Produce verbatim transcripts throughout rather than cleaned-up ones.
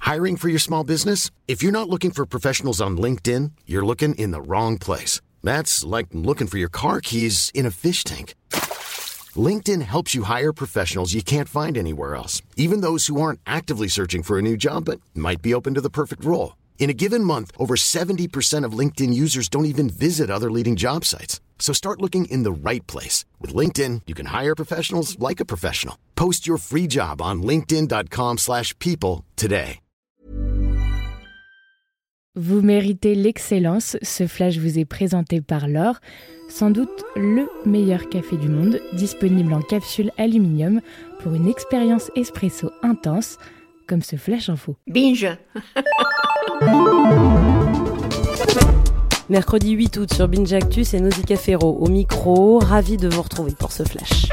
Hiring for your small business? If you're not looking for professionals on LinkedIn, you're looking in the wrong place. That's like looking for your car keys in a fish tank. LinkedIn helps you hire professionals you can't find anywhere else, even those who aren't actively searching for a new job but might be open to the perfect role. In a given month, over seventy percent of LinkedIn users don't even visit other leading job sites. So start looking in the right place. With LinkedIn, you can hire professionals like a professional. Post your free job on linkedin dot com slash people today. Vous méritez l'excellence. Ce flash vous est présenté par L'Or, sans doute le meilleur café du monde, disponible en capsule aluminium pour une expérience espresso intense, comme ce flash info. Binge. Mercredi huit août sur Binge Actu, c'est Nausicaa Ferro au micro, ravi de vous retrouver pour ce flash.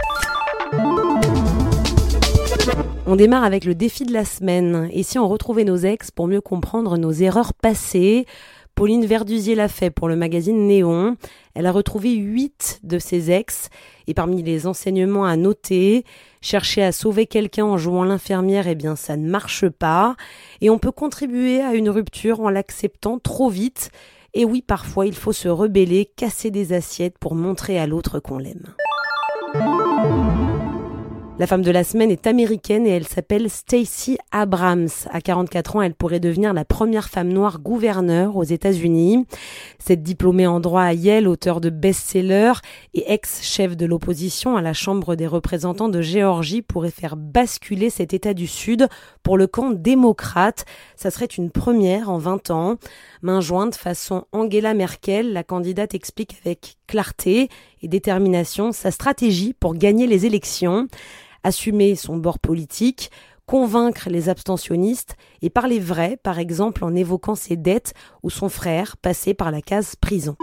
On démarre avec le défi de la semaine. Et si on retrouvait nos ex pour mieux comprendre nos erreurs passées? Pauline Verdusier l'a fait pour le magazine Néon. Elle a retrouvé huit de ses ex. Et parmi les enseignements à noter, chercher à sauver quelqu'un en jouant l'infirmière, eh bien ça ne marche pas. Et on peut contribuer à une rupture en l'acceptant trop vite. Et oui, parfois il faut se rebeller, casser des assiettes pour montrer à l'autre qu'on l'aime. La femme de la semaine est américaine et elle s'appelle Stacey Abrams. À quarante-quatre ans, elle pourrait devenir la première femme noire gouverneure aux États-Unis. Cette diplômée en droit à Yale, auteure de best-sellers et ex-chef de l'opposition à la Chambre des représentants de Géorgie, pourrait faire basculer cet État du Sud pour le camp démocrate. Ça serait une première en vingt ans. Main jointe façon Angela Merkel, la candidate explique avec clarté et détermination sa stratégie pour gagner les élections. Assumer son bord politique, convaincre les abstentionnistes et parler vrai, par exemple en évoquant ses dettes ou son frère passé par la case prison.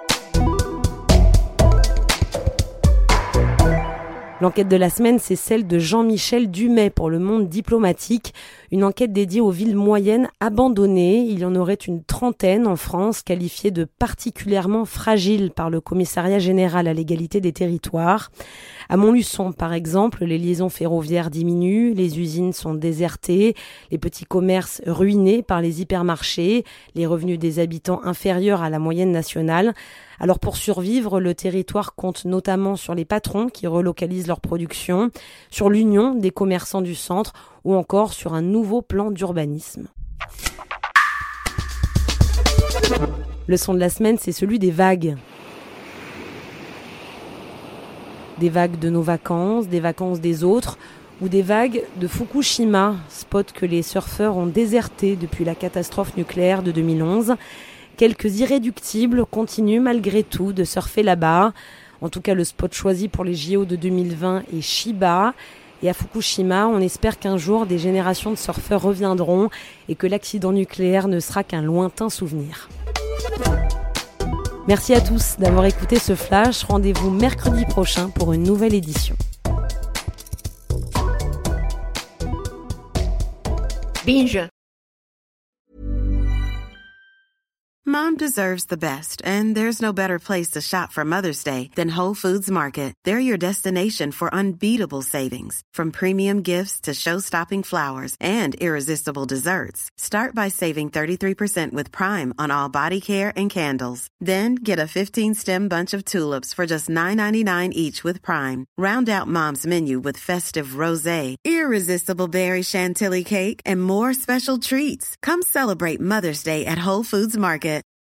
L'enquête de la semaine, c'est celle de Jean-Michel Dumais pour Le Monde diplomatique, une enquête dédiée aux villes moyennes abandonnées. Il y en aurait une trentaine en France, qualifiées de particulièrement fragiles par le Commissariat général à l'égalité des territoires. À Montluçon, par exemple, les liaisons ferroviaires diminuent, les usines sont désertées, les petits commerces ruinés par les hypermarchés, les revenus des habitants inférieurs à la moyenne nationale. Alors pour survivre, le territoire compte notamment sur les patrons qui relocalisent leur production, sur l'union des commerçants du centre ou encore sur un nouveau plan d'urbanisme. Le son de la semaine, c'est celui des vagues. Des vagues de nos vacances, des vacances des autres, ou des vagues de Fukushima, spot que les surfeurs ont déserté depuis la catastrophe nucléaire de deux mille onze. Quelques irréductibles continuent malgré tout de surfer là-bas. En tout cas, le spot choisi pour les J O de deux mille vingt est Chiba. Et à Fukushima, on espère qu'un jour, des générations de surfeurs reviendront et que l'accident nucléaire ne sera qu'un lointain souvenir. Merci à tous d'avoir écouté ce flash. Rendez-vous mercredi prochain pour une nouvelle édition. Binge. Mom deserves the best, and there's no better place to shop for Mother's Day than Whole Foods Market. They're your destination for unbeatable savings, from premium gifts to show-stopping flowers and irresistible desserts. Start by saving thirty-three percent with Prime on all body care and candles. Then get a fifteen-stem bunch of tulips for just nine ninety-nine each with Prime. Round out Mom's menu with festive rosé, irresistible berry chantilly cake, and more special treats. Come celebrate Mother's Day at Whole Foods Market.